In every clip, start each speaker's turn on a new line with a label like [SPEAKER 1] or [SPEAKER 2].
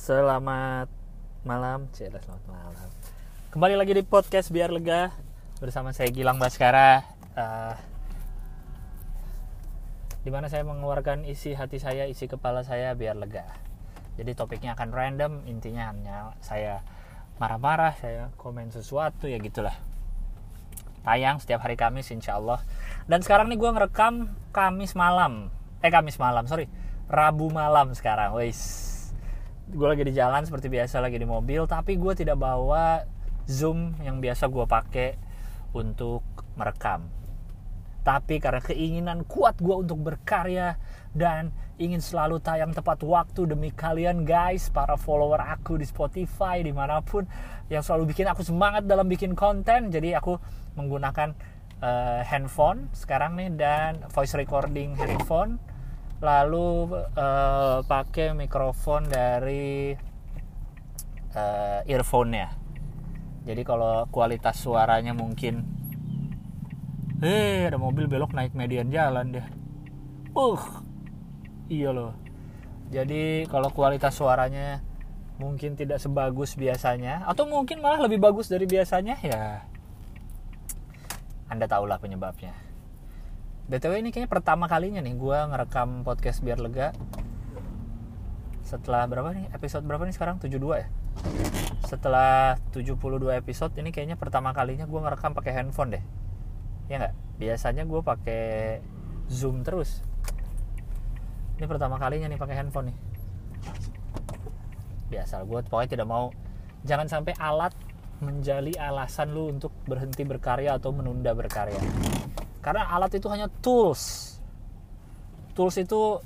[SPEAKER 1] Selamat malam, selamat malam. Kembali lagi di podcast Biar Lega bersama saya Gilang Baskara, di mana saya mengeluarkan isi hati saya, isi kepala saya biar lega. Jadi topiknya akan random, intinya hanya saya marah-marah, saya komen sesuatu ya gitulah. Tayang setiap hari Kamis insya Allah. Dan sekarang nih gue ngerekam Rabu malam sekarang. Gue lagi di jalan seperti biasa, lagi di mobil, tapi gue tidak bawa Zoom yang biasa gue pakai untuk merekam. Tapi karena keinginan kuat gue untuk berkarya dan ingin selalu tayang tepat waktu demi kalian guys, para follower aku di Spotify dimanapun, yang selalu bikin aku semangat dalam bikin konten. Jadi aku menggunakan handphone sekarang nih, dan voice recording handphone, lalu pakai mikrofon dari earphone-nya. Jadi kalau kualitas suaranya mungkin ada mobil belok naik median jalan deh. Iya loh. Jadi kalau kualitas suaranya mungkin tidak sebagus biasanya, atau mungkin malah lebih bagus dari biasanya, ya Anda tahulah penyebabnya. BTW ini kayaknya pertama kalinya nih gue ngerekam podcast Biar Lega. Setelah berapa nih? Episode berapa nih sekarang? 72 ya? Setelah 72 episode, ini kayaknya pertama kalinya gue ngerekam pakai handphone deh. Ya nggak? Biasanya gue pakai Zoom terus. Ini pertama kalinya nih pakai handphone nih. Biasa gue pokoknya tidak mau, jangan sampai alat menjadi alasan lu untuk berhenti berkarya atau menunda berkarya. Karena alat itu hanya tools. Tools itu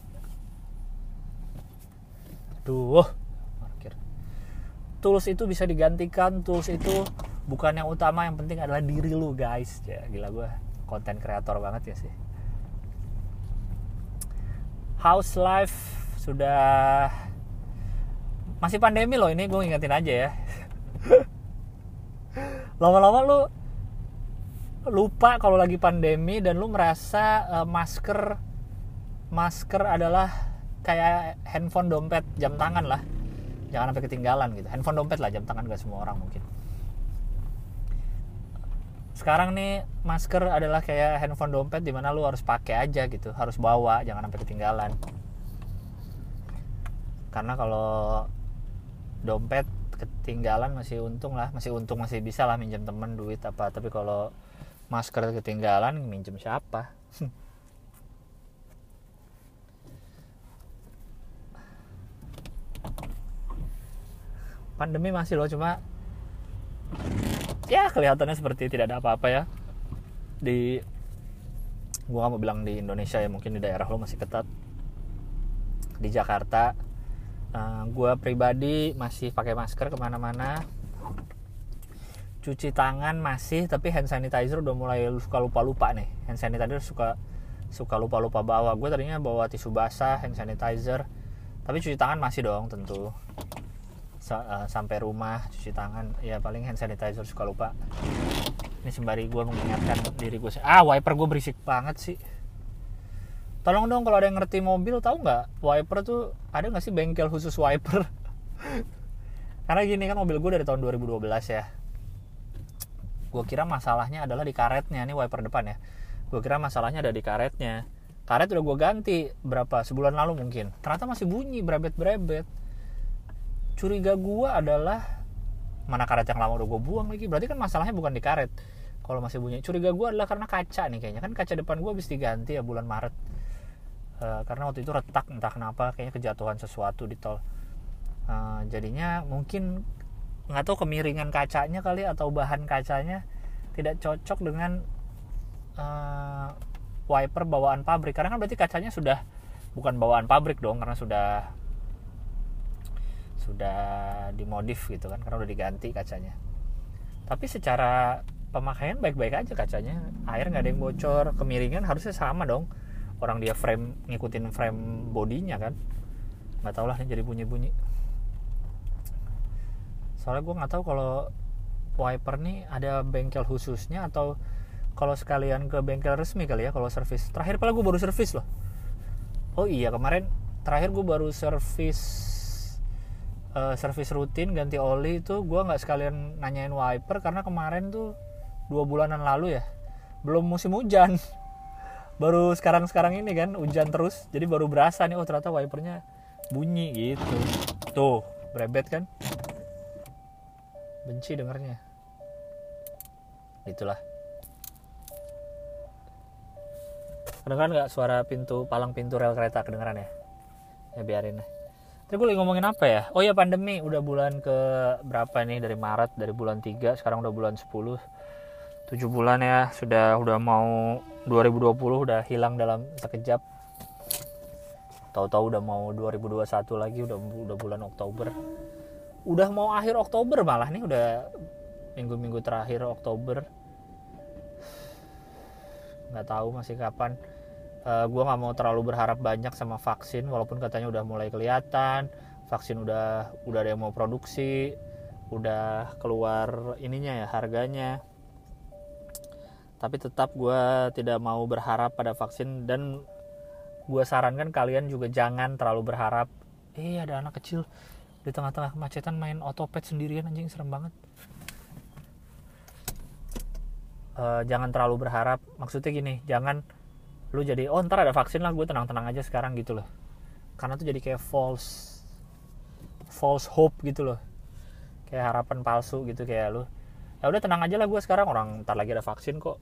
[SPEAKER 1] Tools itu bisa digantikan. Tools itu bukan yang utama, yang penting adalah diri lu guys. Ya gila, gue konten kreator banget ya sih. House life sudah, masih pandemi loh ini, gue ingetin aja ya. Lama-lama lu lupa kalau lagi pandemi, dan lu merasa masker adalah kayak handphone, dompet, jam tangan lah. Jangan sampai ketinggalan gitu. Handphone, dompet lah, jam tangan gak semua orang mungkin. Sekarang nih masker adalah kayak handphone, dompet, dimana lu harus pakai aja gitu, harus bawa, jangan sampai ketinggalan. Karena kalau dompet ketinggalan masih untung, masih bisa lah minjem temen duit apa. Tapi kalau masker ketinggalan, minjem siapa? Pandemi masih loh, cuma ya kelihatannya seperti tidak ada apa-apa ya. Gua gak mau bilang di Indonesia ya, mungkin di daerah lo masih ketat. Di Jakarta gua pribadi masih pakai masker kemana-mana. Cuci tangan masih, tapi hand sanitizer udah mulai suka lupa-lupa nih. Hand sanitizer suka lupa-lupa bawa. Gue tadinya bawa tisu basah, hand sanitizer, tapi cuci tangan masih dong tentu. Sampai rumah cuci tangan, ya paling hand sanitizer suka lupa. Ini sembari gue mengingatkan diri gue. Wiper gue berisik banget sih. Tolong dong kalau ada yang ngerti mobil, tahu nggak wiper tuh ada nggak sih bengkel khusus wiper? Karena gini kan, mobil gue dari tahun 2012 ya. Gue kira masalahnya adalah di karetnya, ini wiper depan ya. Gue kira masalahnya ada di karetnya. Karet udah gue ganti sebulan lalu mungkin. Ternyata masih bunyi, berebet-berebet. Curiga gue adalah, mana karet yang lama udah gue buang lagi. Berarti kan masalahnya bukan di karet kalau masih bunyi. Curiga gue adalah karena kaca nih kayaknya. Kan kaca depan gue habis diganti ya bulan Maret. Karena waktu itu retak, entah kenapa, kayaknya kejatuhan sesuatu di tol. Jadinya mungkin nggak tahu kemiringan kacanya kali, atau bahan kacanya tidak cocok dengan wiper bawaan pabrik. Karena kan berarti kacanya sudah bukan bawaan pabrik dong, karena sudah dimodif gitu kan, karena udah diganti kacanya. Tapi secara pemakaian baik-baik aja kacanya, air nggak ada yang bocor, kemiringan harusnya sama dong. Orang dia ngikutin frame bodinya kan. Nggak tahu lah, ini jadi bunyi-bunyi. Soalnya gue nggak tahu kalau wiper nih ada bengkel khususnya, atau kalau sekalian ke bengkel resmi kali ya kalau servis. Terakhir pala gue baru servis loh. Oh iya, kemarin terakhir gue baru servis servis rutin ganti oli itu gue nggak sekalian nanyain wiper karena kemarin tuh 2 bulanan lalu ya belum musim hujan. Baru sekarang ini kan hujan terus, jadi baru berasa nih, oh ternyata wipernya bunyi gitu. Tuh berebet kan, benci dengernya. Itulah. Kedengeran nggak suara palang pintu rel kereta, kedengeran ya? Ya biarin lah. Tadi gue lagi ngomongin apa ya? Oh ya, pandemi udah bulan ke berapa nih, dari Maret, dari bulan 3, sekarang udah bulan 10. 7 bulan ya, sudah mau 2020 udah hilang dalam sekejap. Tahu-tahu udah mau 2021 lagi, udah bulan Oktober. Udah mau akhir Oktober malah nih, udah minggu-minggu terakhir Oktober. Nggak tahu masih kapan. Gue nggak mau terlalu berharap banyak sama vaksin, walaupun katanya udah mulai kelihatan vaksin, udah ada yang mau produksi, udah keluar ininya ya, harganya. Tapi tetap gue tidak mau berharap pada vaksin, dan gue sarankan kalian juga jangan terlalu berharap. Ada anak kecil di tengah-tengah kemacetan main otopet sendirian, anjing serem banget. Jangan terlalu berharap, maksudnya gini, jangan lu jadi ntar ada vaksin lah, gue tenang-tenang aja sekarang gitu loh. Karena tuh jadi kayak false hope gitu loh, kayak harapan palsu gitu. Kayak lu ya udah tenang aja lah gue sekarang, orang ntar lagi ada vaksin kok,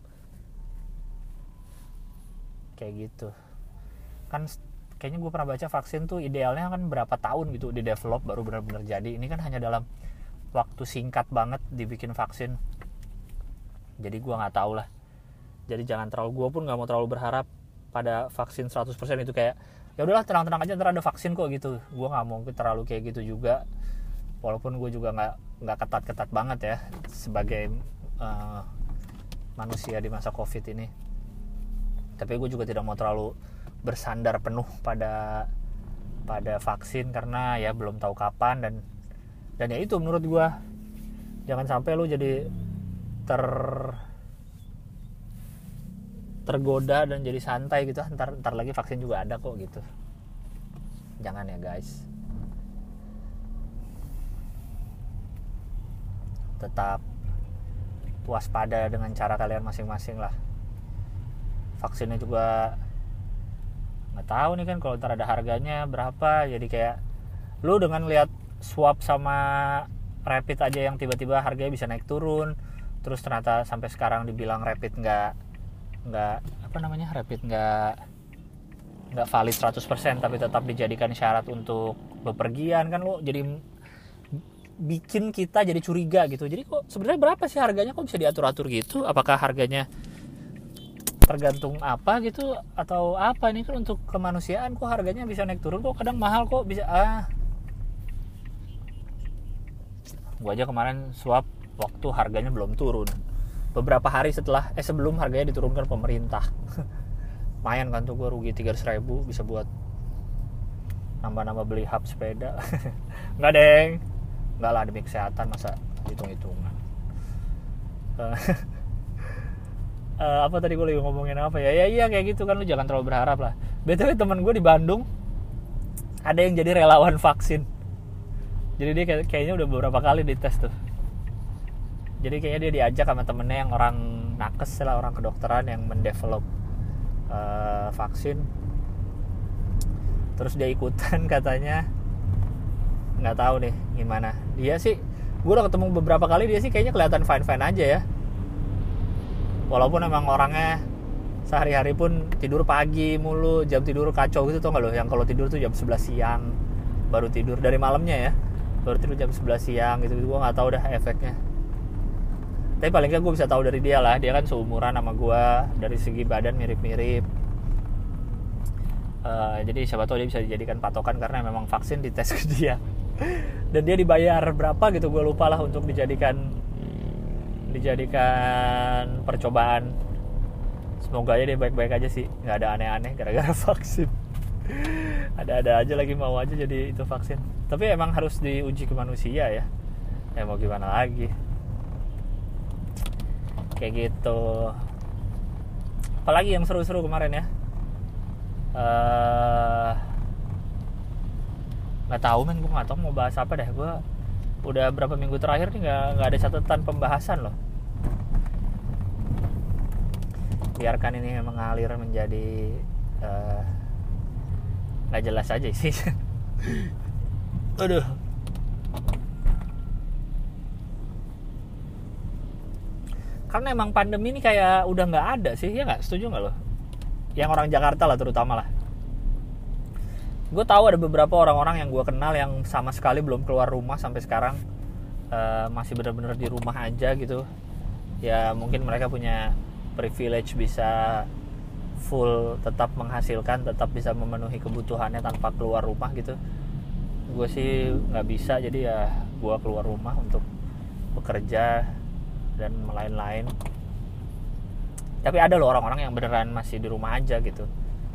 [SPEAKER 1] kayak gitu kan. Kayaknya gue pernah baca vaksin tuh idealnya kan berapa tahun gitu di develop baru benar-benar jadi. Ini kan hanya dalam waktu singkat banget dibikin vaksin, jadi gue nggak tahu lah. Jadi jangan terlalu, gue pun nggak mau terlalu berharap pada vaksin 100% itu, kayak ya udahlah tenang-tenang aja ntar ada vaksin kok gitu. Gue nggak mau terlalu kayak gitu juga, walaupun gue juga nggak ketat-ketat banget ya sebagai manusia di masa COVID ini. Tapi gue juga tidak mau terlalu bersandar penuh pada vaksin, karena ya belum tahu kapan, dan ya itu menurut gue, jangan sampai lu jadi tergoda dan jadi santai gitu, ntar lagi vaksin juga ada kok gitu. Jangan ya guys. Tetap waspada dengan cara kalian masing-masing lah. Vaksinnya juga nggak tahu nih kan, kalau ntar ada harganya berapa, jadi kayak lu dengan lihat swab sama rapid aja yang tiba-tiba harganya bisa naik turun, terus ternyata sampai sekarang dibilang rapid nggak valid 100%, tapi tetap dijadikan syarat untuk bepergian kan. Lo jadi bikin kita jadi curiga gitu. Jadi kok sebenarnya berapa sih harganya, kok bisa diatur-atur gitu? Apakah harganya tergantung apa gitu atau apa? Ini kan untuk kemanusiaan, kok harganya bisa naik turun, kok kadang mahal, kok bisa gua aja kemarin swab waktu harganya belum turun, beberapa hari sebelum harganya diturunkan pemerintah. Lumayan kan tuh, gue rugi 300.000, bisa buat nambah-nambah beli hub sepeda. Enggak deng, enggak lah, demi kesehatan masa hitung-hitungan. Apa tadi gue lagi ngomongin apa ya? Iya kayak gitu kan, lu jangan terlalu berharap lah. BTW teman gue di Bandung ada yang jadi relawan vaksin. Jadi dia kayaknya udah beberapa kali dites tuh. Jadi kayaknya dia diajak sama temennya yang orang nakes lah, orang kedokteran yang mendevelop vaksin. Terus dia ikutan katanya. Nggak tahu nih gimana. Dia sih, gue udah ketemu beberapa kali, dia sih kayaknya kelihatan fine-fine aja ya. Walaupun emang orangnya sehari-hari pun tidur pagi mulu, jam tidur kacau gitu, tau gak lo? Yang kalau tidur tuh jam 11 siang baru tidur, dari malamnya ya, baru tidur jam 11 siang gitu. Gue gak tahu dah efeknya. Tapi paling nggak gue bisa tahu dari dia lah, dia kan seumuran sama gue, dari segi badan mirip-mirip. Jadi siapa tahu dia bisa dijadikan patokan, karena memang vaksin dites ke dia. Dan dia dibayar berapa gitu, gue lupa lah, untuk dijadikan percobaan. Semoga aja dia baik-baik aja sih, nggak ada aneh-aneh gara-gara vaksin. Ada-ada aja lagi mau aja jadi itu vaksin. Tapi emang harus diuji ke manusia ya. Ya mau gimana lagi. Kayak gitu. Apalagi yang seru-seru kemarin ya? Nggak tahu men, gue nggak tahu mau bahas apa deh. Gue udah berapa minggu terakhir nih nggak ada catatan pembahasan loh. Biarkan ini mengalir menjadi nggak jelas aja sih. Aduh. Karena emang pandemi ini kayak udah nggak ada sih, ya nggak? Setuju nggak lo? Yang orang Jakarta lah terutama lah. Gue tahu ada beberapa orang-orang yang gue kenal yang sama sekali belum keluar rumah sampai sekarang, masih benar-benar di rumah aja gitu. Ya mungkin mereka punya privilege bisa full tetap menghasilkan, tetap bisa memenuhi kebutuhannya tanpa keluar rumah gitu. Gue sih nggak bisa, jadi ya gue keluar rumah untuk bekerja dan lain-lain. Tapi ada loh orang-orang yang beneran masih di rumah aja gitu.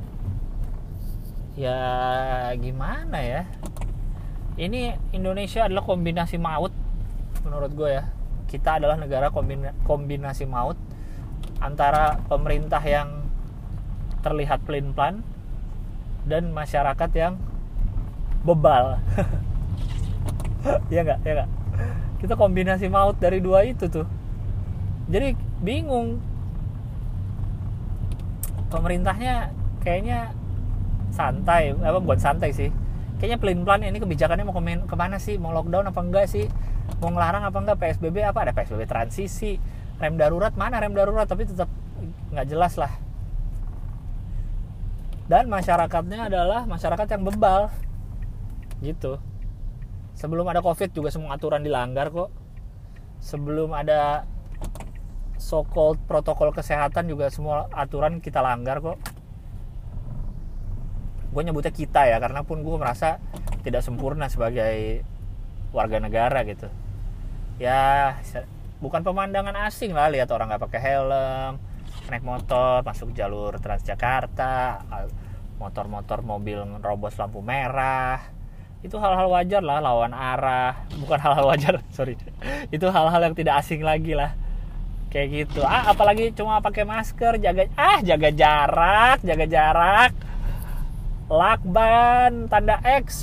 [SPEAKER 1] Ya gimana ya, ini Indonesia adalah kombinasi maut menurut gue ya. Kita adalah negara kombinasi maut antara pemerintah yang terlihat pelin-pelan dan masyarakat yang bebal. Ya nggak, ya nggak. Kita kombinasi maut dari dua itu tuh. Jadi bingung. Pemerintahnya kayaknya santai, bukan santai sih. Kayaknya pelin-pelan, ini kebijakannya mau kemana sih? Mau lockdown apa enggak sih? Mau ngelarang apa enggak? PSBB apa? Ada PSBB transisi. Rem darurat mana? Rem darurat, tapi tetap nggak jelas lah. Dan masyarakatnya adalah masyarakat yang bebal gitu. Sebelum ada COVID juga semua aturan dilanggar kok. Sebelum ada so-called protokol kesehatan juga semua aturan kita langgar kok. Gue nyebutnya kita ya, karena pun gue merasa tidak sempurna sebagai warga negara gitu. Ya bukan pemandangan asing lah lihat orang nggak pakai helm, naik motor masuk jalur Transjakarta, motor-motor mobil nerobos lampu merah. Itu hal-hal wajar lah, lawan arah. Bukan hal-hal wajar, sorry. Itu hal-hal yang tidak asing lagi lah. Kayak gitu. Apalagi cuma pakai masker, jaga jarak. Lakban tanda X.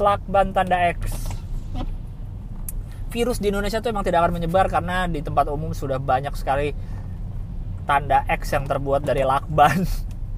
[SPEAKER 1] Virus di Indonesia tuh emang tidak akan menyebar karena di tempat umum sudah banyak sekali tanda X yang terbuat dari lakban.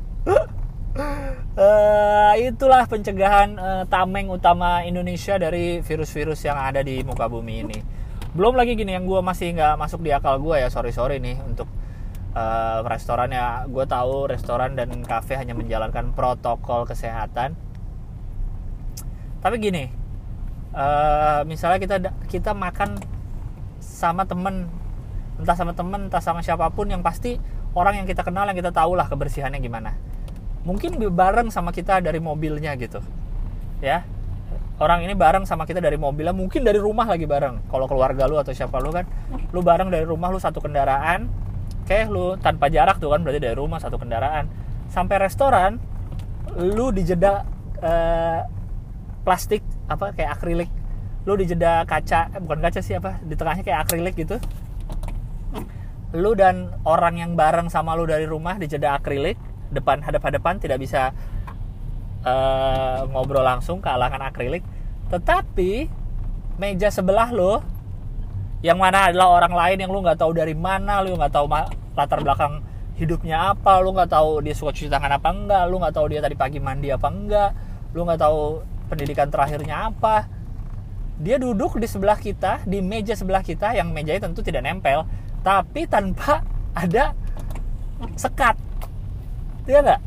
[SPEAKER 1] Itulah pencegahan tameng utama Indonesia dari virus-virus yang ada di muka bumi ini. Belum lagi gini yang gue masih nggak masuk di akal gue ya, sorry nih untuk restoran ya. Gue tahu restoran dan kafe hanya menjalankan protokol kesehatan. Tapi gini, misalnya kita makan sama temen, entah sama siapapun, yang pasti orang yang kita kenal, yang kita tahu lah kebersihannya gimana. Mungkin bareng sama kita dari mobilnya gitu ya, orang ini bareng sama kita dari mobilnya, mungkin dari rumah lagi bareng. Kalau keluarga lu atau siapa lu kan, lu bareng dari rumah, lu satu kendaraan, kayak lu tanpa jarak tuh kan, berarti dari rumah satu kendaraan sampai restoran, lu dijeda plastik apa kayak akrilik, lu dijeda kaca, bukan kaca sih apa, di tengahnya kayak akrilik gitu. Lu dan orang yang bareng sama lu dari rumah dijeda akrilik, hadap-hadapan, tidak bisa ngobrol langsung, kehalangan akrilik. Tetapi meja sebelah lo, yang mana adalah orang lain yang lu nggak tahu dari mana, lu nggak tahu latar belakang hidupnya apa, lu nggak tahu dia suka cuci tangan apa enggak, lu nggak tahu dia tadi pagi mandi apa enggak, lu nggak tahu pendidikan terakhirnya apa. Dia duduk di sebelah kita, di meja sebelah kita, yang mejanya tentu tidak nempel, tapi tanpa ada sekat. Iya nggak?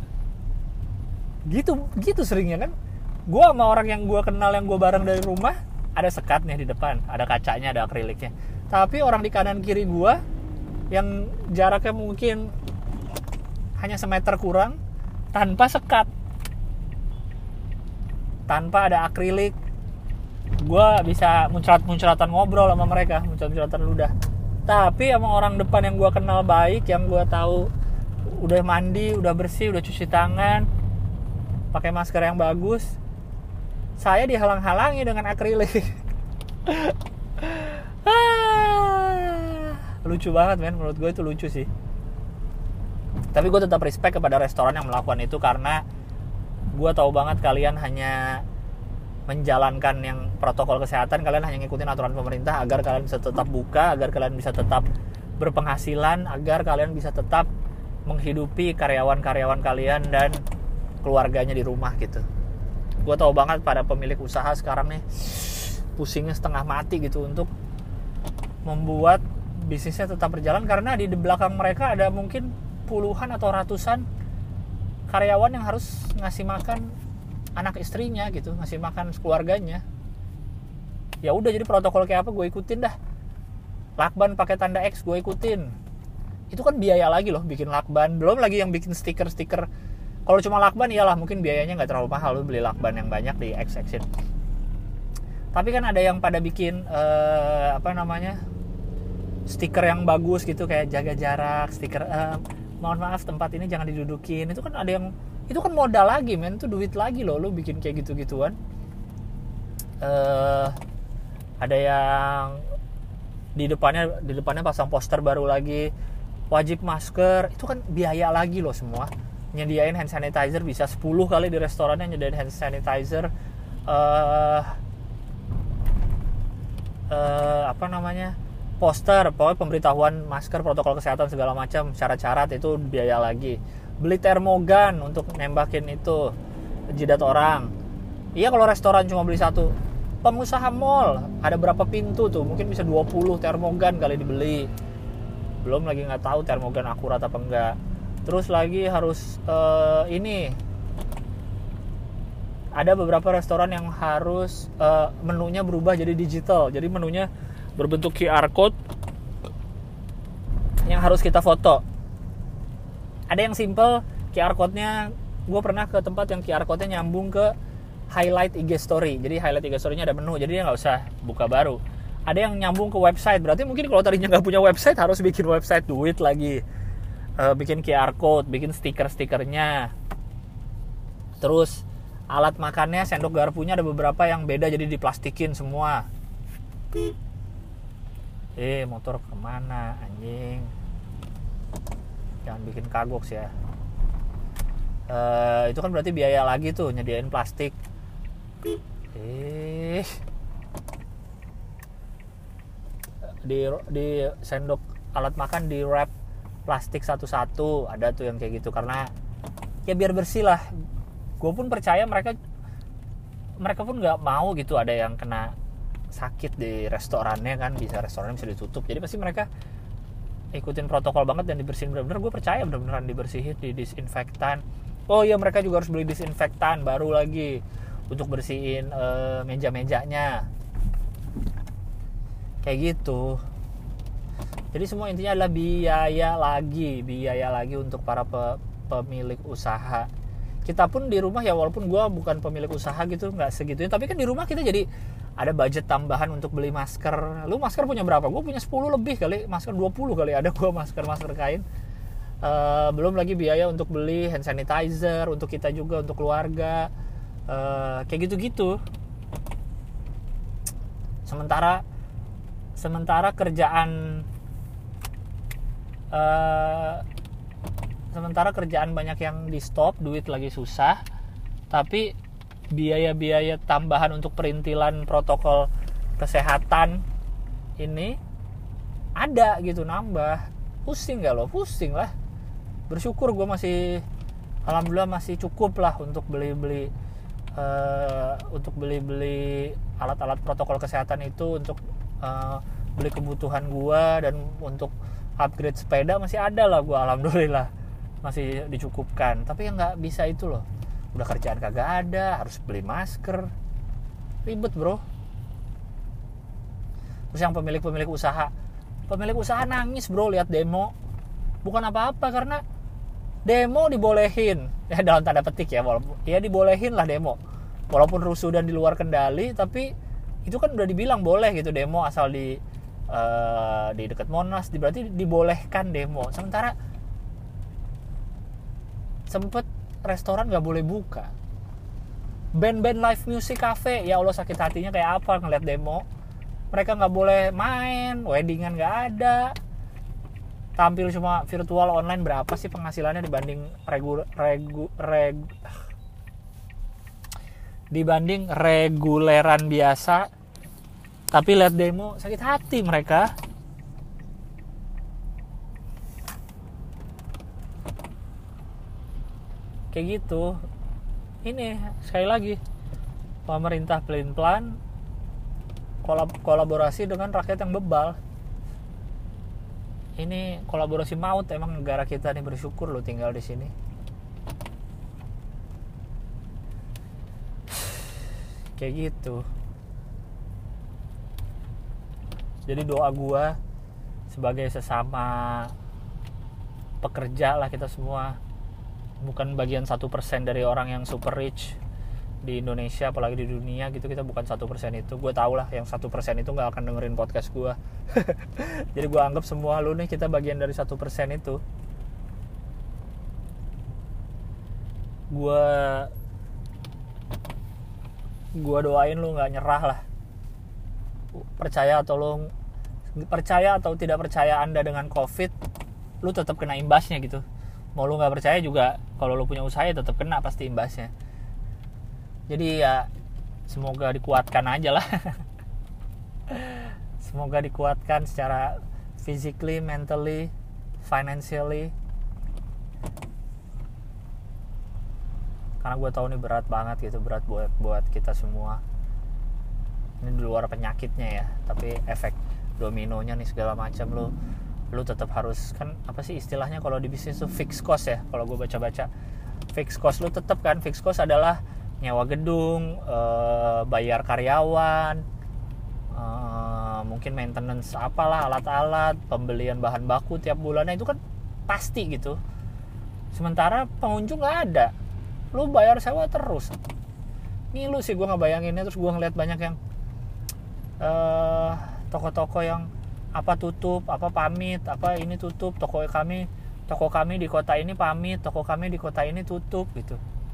[SPEAKER 1] Gitu seringnya kan. Gue sama orang yang gue kenal, yang gue bareng dari rumah, ada sekatnya di depan, ada kacanya, ada akriliknya. Tapi orang di kanan kiri gue yang jaraknya mungkin hanya semeter kurang, tanpa sekat, tanpa ada akrilik, gue bisa muncrat-muncratan ngobrol sama mereka, muncrat-muncratan ludah. Tapi sama orang depan yang gue kenal baik, yang gue tahu udah mandi, udah bersih, udah cuci tangan, pakai masker yang bagus, saya dihalang-halangi dengan akrilik. Lucu banget men, menurut gue itu lucu sih. Tapi gue tetap respect kepada restoran yang melakukan itu, karena gue tahu banget kalian hanya menjalankan yang protokol kesehatan, kalian hanya ngikutin aturan pemerintah agar kalian bisa tetap buka, agar kalian bisa tetap berpenghasilan, agar kalian bisa tetap menghidupi karyawan-karyawan kalian dan keluarganya di rumah gitu. Gue tahu banget pada pemilik usaha sekarang nih pusingnya setengah mati gitu untuk membuat bisnisnya tetap berjalan, karena di belakang mereka ada mungkin puluhan atau ratusan karyawan yang harus ngasih makan anak istrinya gitu, ngasih makan keluarganya. Ya udah, jadi protokol kayak apa gue ikutin dah. Lakban pakai tanda X gue ikutin. Itu kan biaya lagi loh bikin lakban, belum lagi yang bikin stiker-stiker. Kalau cuma lakban iyalah mungkin biayanya nggak terlalu mahal, lu beli lakban yang banyak di X-Xin. Tapi kan ada yang pada bikin stiker yang bagus gitu, kayak jaga jarak, stiker mohon maaf tempat ini jangan didudukin. Itu kan ada yang, itu kan modal lagi men, itu duit lagi loh lu bikin kayak gitu-gituan. Ada yang di depannya pasang poster baru lagi, wajib masker. Itu kan biaya lagi loh semua. Nyediain hand sanitizer bisa 10 kali di restorannya nyediain hand sanitizer. Poster, pokoknya pemberitahuan masker, protokol kesehatan segala macam, syarat-syarat itu biaya lagi. Beli termogan untuk nembakin itu jidat orang. Iya kalau restoran cuma beli satu. Pengusaha mall ada berapa pintu tuh, mungkin bisa 20 termogan kali dibeli. Belum lagi nggak tahu termogan akurat apa enggak. Terus lagi harus ada beberapa restoran yang harus menunya berubah jadi digital. Jadi menunya berbentuk QR code yang harus kita foto. Ada yang simple, QR code-nya, gue pernah ke tempat yang QR code-nya nyambung ke highlight IG story. Jadi highlight IG story-nya ada menu, jadi dia nggak usah buka baru. Ada yang nyambung ke website, berarti mungkin kalau tadinya nggak punya website harus bikin website, duit lagi. Bikin QR code, bikin stiker-stikernya. Terus alat makannya, sendok garpunya ada beberapa yang beda jadi diplastikin semua. Motor kemana anjing, jangan bikin kagok ya. Itu kan berarti biaya lagi tuh nyediain plastik. Di sendok alat makan di wrap plastik satu-satu, ada tuh yang kayak gitu, karena ya biar bersih lah. Gue pun percaya mereka pun nggak mau gitu ada yang kena sakit di restorannya kan, restorannya bisa ditutup, jadi pasti mereka ikutin protokol banget dan dibersihin benar-benar. Gue percaya benar-benar dibersihin, di disinfektan. Oh iya, mereka juga harus beli disinfektan baru lagi untuk bersihin meja-mejanya kayak gitu. Jadi semua intinya adalah biaya lagi untuk para pemilik usaha. Kita pun di rumah ya, walaupun gue bukan pemilik usaha gitu, nggak segitunya, tapi kan di rumah kita jadi ada budget tambahan untuk beli masker. Lu masker punya berapa? Gue punya 10 lebih kali, masker 20 kali ada gue masker kain. Belum lagi biaya untuk beli hand sanitizer untuk kita juga, untuk keluarga, kayak gitu-gitu. Sementara kerjaan banyak yang di stop, duit lagi susah, tapi biaya-biaya tambahan untuk perintilan protokol kesehatan ini ada gitu, nambah. Pusing gak lo? Pusing lah. Bersyukur gue alhamdulillah masih cukup lah untuk beli alat-alat protokol kesehatan itu, untuk beli kebutuhan gue, dan untuk upgrade sepeda masih ada lah gue, alhamdulillah masih dicukupkan. Tapi yang nggak bisa itu loh, udah kerjaan kagak ada, harus beli masker, ribet bro. Terus yang pemilik usaha nangis bro lihat demo. Bukan apa-apa, karena demo dibolehin ya, dalam tanda petik ya, walaupun ya dibolehin lah demo, walaupun rusuh dan di luar kendali, tapi itu kan udah dibilang boleh gitu demo, asal di dekat Monas, berarti dibolehkan demo. Sementara sempet restoran nggak boleh buka, band-band live music cafe, ya Allah sakit hatinya kayak apa ngeliat demo. Mereka nggak boleh main, weddingan nggak ada, tampil cuma virtual online. Berapa sih penghasilannya dibanding dibanding reguleran biasa. Tapi lihat demo, sakit hati mereka. Kayak gitu. Ini sekali lagi, pemerintah pelin-pelan kolaborasi dengan rakyat yang bebal. Ini kolaborasi maut. Emang negara kita nih, bersyukur lo tinggal di sini. Kayak gitu. Jadi doa gue sebagai sesama pekerja lah, kita semua bukan bagian 1% dari orang yang super rich di Indonesia, apalagi di dunia gitu. Kita bukan 1% itu. Gue tau lah yang 1% itu gak akan dengerin podcast gue. Jadi gue anggap semua lu nih, kita bagian dari 1% itu. Gue doain lu gak nyerah lah. Percaya atau tidak percaya Anda dengan COVID, lu tetap kena imbasnya gitu. Mau lu nggak percaya juga, kalau lu punya usaha ya tetap kena pasti imbasnya. Jadi ya semoga dikuatkan aja lah. Semoga dikuatkan secara physically, mentally, financially. Karena gue tahu nih berat banget gitu, berat buat kita semua. Ini di luar penyakitnya ya, tapi efek dominonya nih segala macam. Lu tetap harus, kan apa sih istilahnya kalau di bisnis tuh fixed cost ya, kalau gue baca-baca. Fixed cost lu tetap kan, fixed cost adalah nyewa gedung, bayar karyawan, mungkin maintenance apalah, alat-alat, pembelian bahan baku tiap bulannya, itu kan pasti gitu. Sementara pengunjung nggak ada, lu bayar sewa terus. Ngilu sih gue ngebayanginnya. Terus gue ngeliat banyak yang toko-toko yang apa tutup, apa pamit, apa ini tutup, toko kami di kota ini pamit, toko kami di kota ini tutup gitu.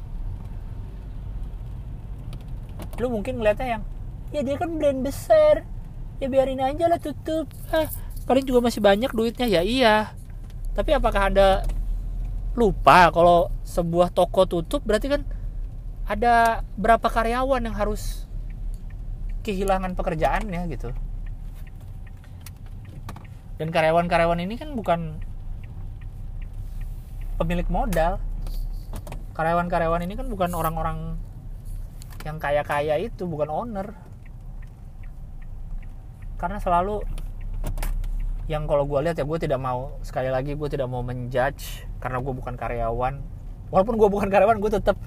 [SPEAKER 1] Lu mungkin ngeliatnya yang, ya dia kan brand besar, ya biarin aja lah tutup, paling juga masih banyak duitnya. Ya iya, tapi apakah Anda lupa kalau sebuah toko tutup berarti kan ada berapa karyawan yang harus kehilangan pekerjaannya gitu. Dan karyawan-karyawan ini kan bukan pemilik modal. Karyawan-karyawan ini kan bukan orang-orang yang kaya-kaya itu, bukan owner. Karena selalu yang kalau gue lihat ya, gue tidak mau, sekali lagi gue tidak mau menjudge karena gue bukan karyawan. Walaupun gue bukan karyawan, gue tetap,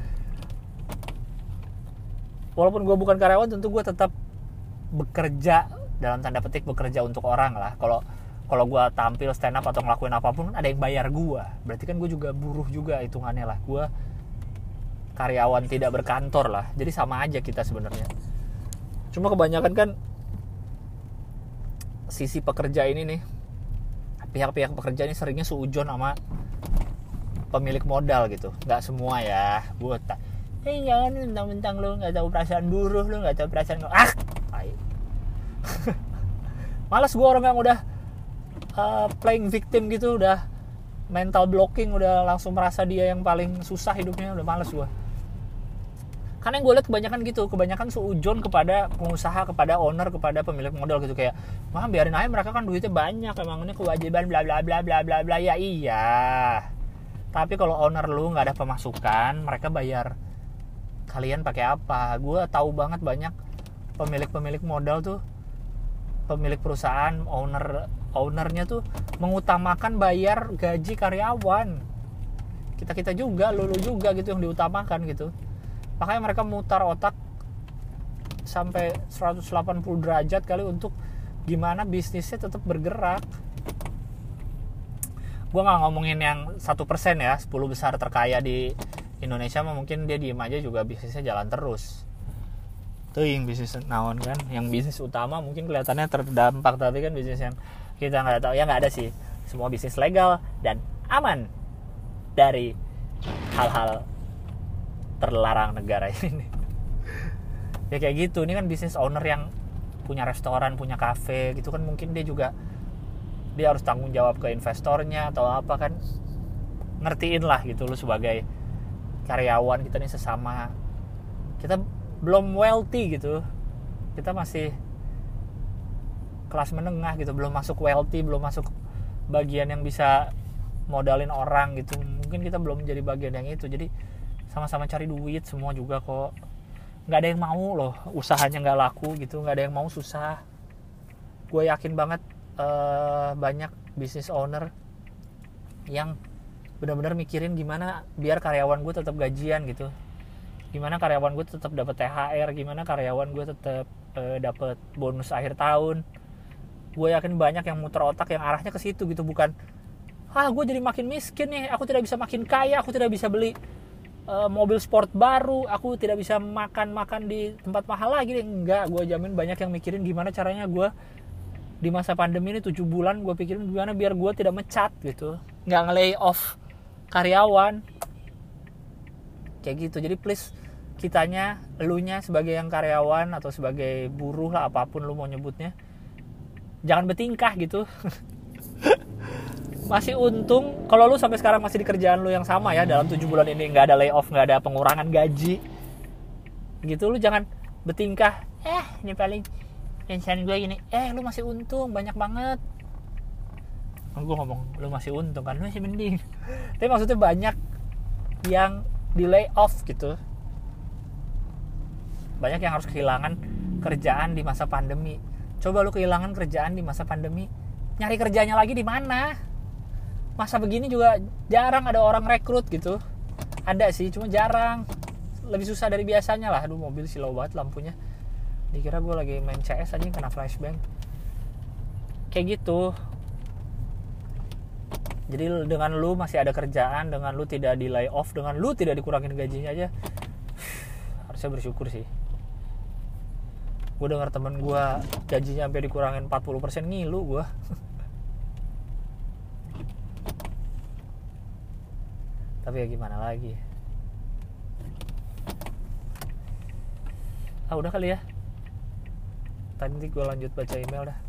[SPEAKER 1] walaupun gue bukan karyawan tentu gue tetap bekerja, dalam tanda petik bekerja untuk orang lah. Kalau gue tampil stand up atau ngelakuin apapun, ada yang bayar gue, berarti kan gue juga buruh juga hitungannya lah. Gue karyawan tidak berkantor lah, jadi sama aja kita sebenarnya. Cuma kebanyakan kan sisi pekerja ini nih, pihak-pihak pekerja ini seringnya suujon sama pemilik modal gitu. Nggak semua ya, gue tak. Jangan mentang-mentang lu nggak tahu perasaan buruh, lu nggak tahu perasaan malas gue orang yang udah playing victim gitu, udah mental blocking, udah langsung merasa dia yang paling susah hidupnya, udah males gue. Karena yang gue lihat kebanyakan suujon kepada pengusaha, kepada owner, kepada pemilik modal gitu, kayak mah biarin aja, mereka kan duitnya banyak, emang ini kewajiban bla bla bla bla bla bla. Ya iya, tapi kalau owner lu nggak ada pemasukan, mereka bayar kalian pakai apa? Gue tahu banget banyak pemilik modal tuh, pemilik perusahaan, ownernya tuh mengutamakan bayar gaji karyawan. Kita juga, lu juga gitu yang diutamakan gitu. Makanya mereka mutar otak sampai 180 derajat kali untuk gimana bisnisnya tetap bergerak. Gue gak ngomongin yang 1% ya, 10 besar terkaya di Indonesia mah mungkin dia diem aja juga bisnisnya jalan terus. Tuh yang bisnis naon kan, yang bisnis utama mungkin kelihatannya terdampak, tapi kan bisnis yang kita nggak tahu ya, nggak ada sih. Semua bisnis legal dan aman dari hal-hal terlarang negara ini. Ya kayak gitu. Ini kan bisnis owner yang punya restoran, punya kafe gitu kan, mungkin dia harus tanggung jawab ke investornya atau apa kan. Ngertiin lah gitu lu sebagai karyawan, kita nih sesama, kita belum wealthy gitu, kita masih kelas menengah gitu, belum masuk wealthy, belum masuk bagian yang bisa modalin orang gitu. Mungkin kita belum jadi bagian yang itu. Jadi sama-sama cari duit semua juga kok. Nggak ada yang mau loh usahanya nggak laku gitu, nggak ada yang mau susah. Gue yakin banget banyak business owner yang benar-benar mikirin gimana biar karyawan gue tetap gajian gitu, gimana karyawan gue tetap dapat THR, gimana karyawan gue tetap dapat bonus akhir tahun. Gue yakin banyak yang muter otak yang arahnya ke situ gitu, bukan gue jadi makin miskin nih, aku tidak bisa makin kaya, aku tidak bisa beli mobil sport baru, aku tidak bisa makan di tempat mahal lagi nih. Enggak, gue jamin banyak yang mikirin gimana caranya gue di masa pandemi ini 7 bulan gue pikirin gimana biar gue tidak mecat gitu, nggak nge-lay off karyawan kayak gitu. Jadi please, kitanya, elunya sebagai yang karyawan atau sebagai buruh lah, apapun lu mau nyebutnya, jangan bertingkah gitu. Masih untung kalau lu sampai sekarang masih di kerjaan lu yang sama ya, dalam 7 bulan ini nggak ada layoff, nggak ada pengurangan gaji gitu. Lu jangan bertingkah ini paling pensiun gue gini, lu masih untung banyak banget. Gue ngomong lu masih untung kan, lu masih mending. Tapi maksudnya banyak yang di layoff gitu, banyak yang harus kehilangan kerjaan di masa pandemi. Coba lu kehilangan kerjaan di masa pandemi, nyari kerjanya lagi di mana? Masa begini juga jarang ada orang rekrut gitu. Ada sih, cuma jarang. Lebih susah dari biasanya lah. Aduh, mobil silau banget lampunya. Dikira gue lagi main CS aja kena flashbang. Kayak gitu. Jadi dengan lu masih ada kerjaan, dengan lu tidak di lay off, dengan lu tidak dikurangin gajinya aja, harusnya bersyukur sih. Gue dengar temen gue gajinya sampai dikurangin 40%, ngilu gue. Tapi ya gimana lagi. Udah kali ya. Nanti gue lanjut baca email dah.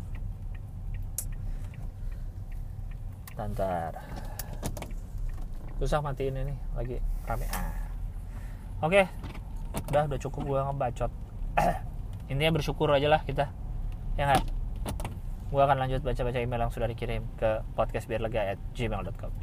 [SPEAKER 1] Ntar susah matiin ini lagi rame. Oke. Udah cukup gue ngebacot. Intinya bersyukur aja lah kita, ya nggak? Gue akan lanjut baca-baca email yang sudah dikirim ke podcastbiarlega@gmail.com.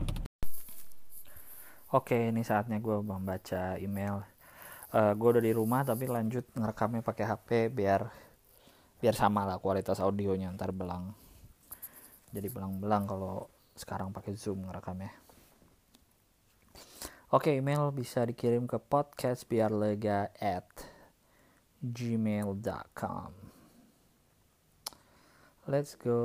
[SPEAKER 1] Oke, ini saatnya gue membaca email. Gue udah di rumah tapi lanjut ngerekamnya pakai HP biar sama lah kualitas audionya, ntar belang. Jadi belang-belang kalau sekarang pakai Zoom ngerekamnya. Oke, email bisa dikirim ke podcastbiarlega@gmail.com. Let's go.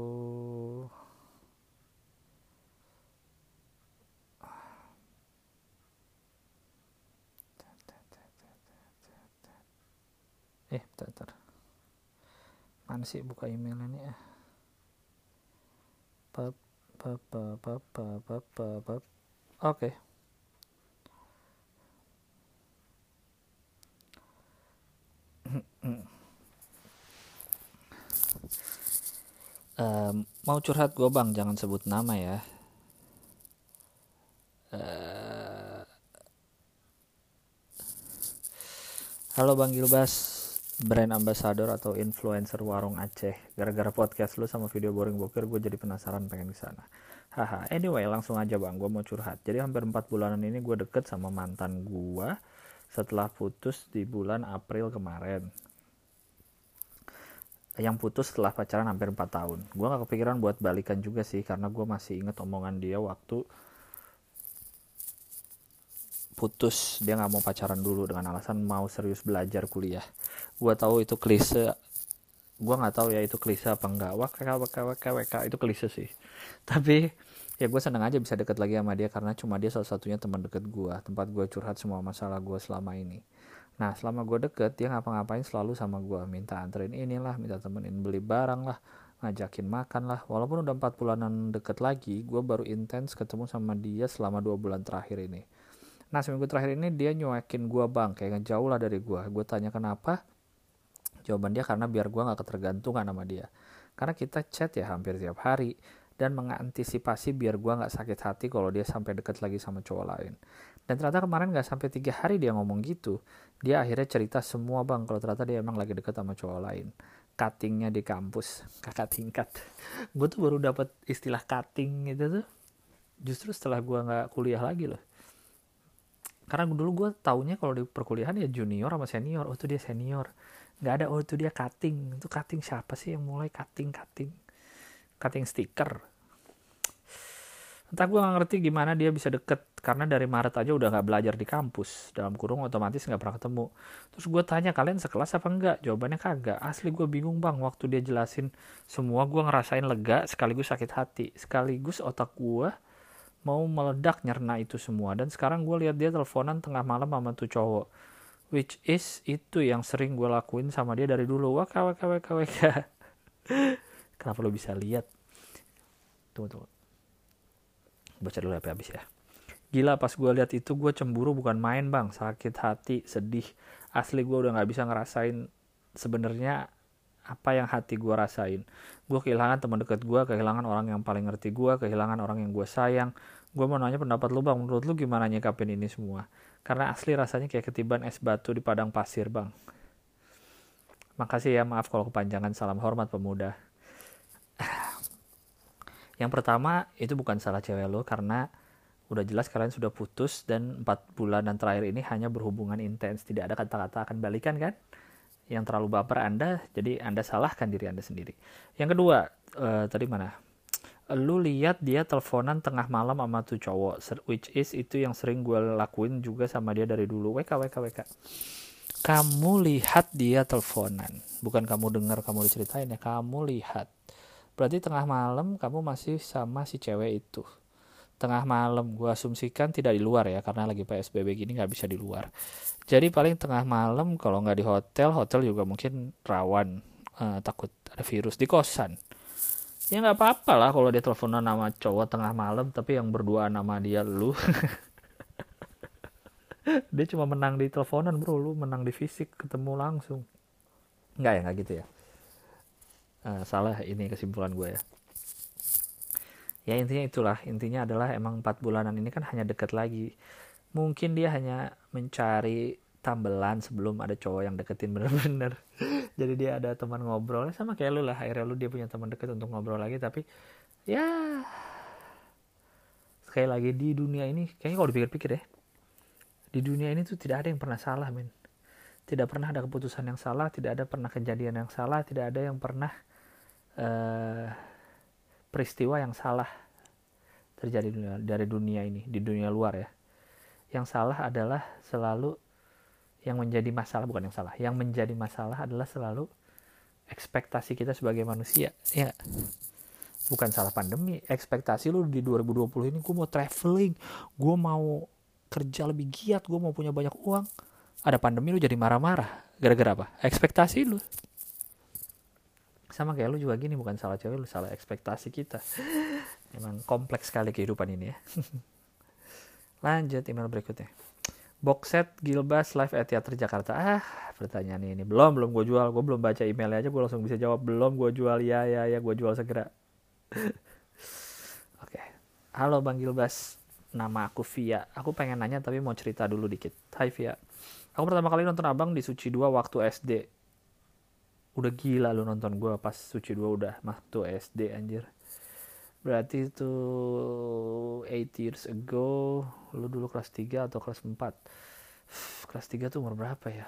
[SPEAKER 1] Bentar. Mana sih buka email ini ya? Oke. Mau curhat gue bang, jangan sebut nama ya. Halo Bang Gilbas, brand ambassador atau influencer warung Aceh. Gara-gara podcast lu sama video boring bokir, gue jadi penasaran pengen kesana. Haha, anyway langsung aja bang, gue mau curhat. Jadi hampir 4 bulanan ini gue deket sama mantan gue setelah putus di bulan April kemarin. Yang putus setelah pacaran hampir 4 tahun. Gue gak kepikiran buat balikan juga sih, karena gue masih inget omongan dia waktu putus. Dia gak mau pacaran dulu dengan alasan mau serius belajar kuliah. Gue tahu itu klise. Gue gak tahu ya itu klise apa enggak. WK itu klise sih. Tapi ya gue seneng aja bisa deket lagi sama dia, karena cuma dia satu-satunya teman deket gue, tempat gue curhat semua masalah gue selama ini. Nah selama gue deket, dia ngapa-ngapain selalu sama gue, minta anterin inilah, minta temenin beli barang lah, ngajakin makan lah. Walaupun udah 4 bulanan deket lagi, gue baru intens ketemu sama dia selama 2 bulan terakhir ini. Nah seminggu terakhir ini dia nyuekin gue bang, kayak ngejauh lah dari gue. Gue tanya kenapa, jawaban dia karena biar gue gak ketergantungan sama dia. Karena kita chat ya hampir tiap hari, dan mengantisipasi biar gue nggak sakit hati kalau dia sampai deket lagi sama cowok lain. Dan ternyata kemarin nggak sampai 3 hari dia ngomong gitu, dia akhirnya cerita semua bang kalau ternyata dia emang lagi deket sama cowok lain. Cuttingnya di kampus, kakak tingkat. Gue tuh baru dapat istilah cutting gitu tuh justru setelah gue nggak kuliah lagi loh. Karena dulu gue taunya kalau di perkuliahan ya junior sama senior. Oh itu dia senior, nggak ada oh itu dia cutting. Itu cutting siapa sih yang mulai cutting stiker. Entah gue gak ngerti gimana dia bisa deket, karena dari Maret aja udah gak belajar di kampus, dalam kurung otomatis gak pernah ketemu. Terus gue tanya kalian sekelas apa enggak, jawabannya kagak. Asli gue bingung bang, waktu dia jelasin semua gue ngerasain lega sekaligus sakit hati, sekaligus otak gue mau meledak nyerna itu semua. Dan sekarang gue lihat dia teleponan tengah malam sama tuh cowok, which is itu yang sering gue lakuin sama dia dari dulu. Waka. Kenapa lo bisa lihat? Tunggu. Baca dulu habis ya. Gila pas gue lihat itu gue cemburu bukan main bang, sakit hati, sedih. Asli gue udah nggak bisa ngerasain sebenarnya apa yang hati gue rasain. Gue kehilangan teman dekat gue, kehilangan orang yang paling ngerti gue, kehilangan orang yang gue sayang. Gue mau nanya pendapat lu bang, menurut lu gimana nyikapin ini semua? Karena asli rasanya kayak ketiban es batu di padang pasir bang. Makasih ya, maaf kalau kepanjangan, salam hormat pemuda. Yang pertama, itu bukan salah cewek lo, karena udah jelas kalian sudah putus dan 4 bulanan terakhir ini hanya berhubungan intens. Tidak ada kata-kata akan balikan kan? Yang terlalu baper Anda, jadi Anda salahkan diri Anda sendiri. Yang kedua, tadi mana? Lu lihat dia teleponan tengah malam sama tuh cowok, which is itu yang sering gue lakuin juga sama dia dari dulu. WK. Kamu lihat dia teleponan, bukan kamu dengar, kamu diceritain ya, kamu lihat. Berarti tengah malam kamu masih sama si cewek itu. Tengah malam, gue asumsikan tidak di luar ya, karena lagi PSBB gini gak bisa di luar. Jadi paling tengah malam, kalau gak di hotel juga mungkin rawan, takut ada virus. Di kosan, ya gak apa-apa lah kalau dia teleponan sama cowok tengah malam, tapi yang berduaan sama dia lu. Dia cuma menang di teleponan bro, lu menang di fisik, ketemu langsung. Gak gitu ya. Salah ini kesimpulan gue ya. Ya intinya adalah emang 4 bulanan ini kan hanya deket lagi. Mungkin dia hanya mencari tambelan sebelum ada cowok yang deketin bener-bener. Jadi dia ada teman ngobrol, sama kayak lu lah, akhirnya lu dia punya teman deket untuk ngobrol lagi. Tapi ya sekali lagi di dunia ini, kayaknya kalau dipikir-pikir ya, di dunia ini tuh tidak ada yang pernah salah men. Tidak pernah ada keputusan yang salah, tidak ada pernah kejadian yang salah, tidak ada yang pernah peristiwa yang salah terjadi dari dunia ini, di dunia luar ya. Yang salah adalah selalu yang menjadi masalah, bukan yang salah. Yang menjadi masalah adalah selalu ekspektasi kita sebagai manusia. Ya, bukan salah pandemi. Ekspektasi lu di 2020 ini, gue mau traveling, gue mau kerja lebih giat, gue mau punya banyak uang. Ada pandemi lu jadi marah-marah. Gara-gara apa? Ekspektasi lu. Sama kayak lu juga gini, bukan salah cewek, lu salah ekspektasi kita. Emang kompleks sekali kehidupan ini ya. Lanjut email berikutnya. Box set Gilbas live at Theater Jakarta. Pertanyaan ini belum gue jual. Gue belum baca emailnya aja gue langsung bisa jawab belum gue jual. Ya gue jual segera. Oke. Halo Bang Gilbas, nama aku Via. Aku pengen nanya tapi mau cerita dulu dikit. Hai Via. Aku pertama kali nonton Abang di Suci 2 waktu SD. Udah gila lu nonton gue pas Suci 2 udah waktu SD anjir. Berarti itu 8 years ago. Lu dulu kelas 3 atau kelas 4? Kelas 3 tuh umur berapa ya?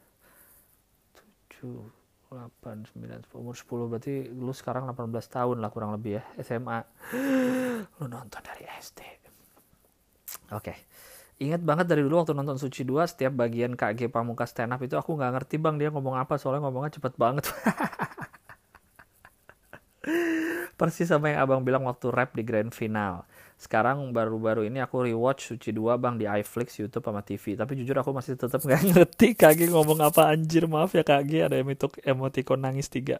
[SPEAKER 1] 7, 8, 9, umur 10. Berarti lu sekarang 18 tahun lah kurang lebih ya, SMA. Lu nonton dari SD. Oke. Ingat banget dari dulu waktu nonton Suci 2, setiap bagian KG Pamungkas stand up itu aku gak ngerti bang dia ngomong apa, soalnya ngomongnya cepet banget. Persis sama yang abang bilang waktu rap di grand final. Sekarang baru-baru ini aku rewatch Suci 2 bang di iFlix, YouTube sama TV. Tapi jujur aku masih tetap gak ngerti KG ngomong apa anjir. Maaf ya KG, ada emoticon nangis 3.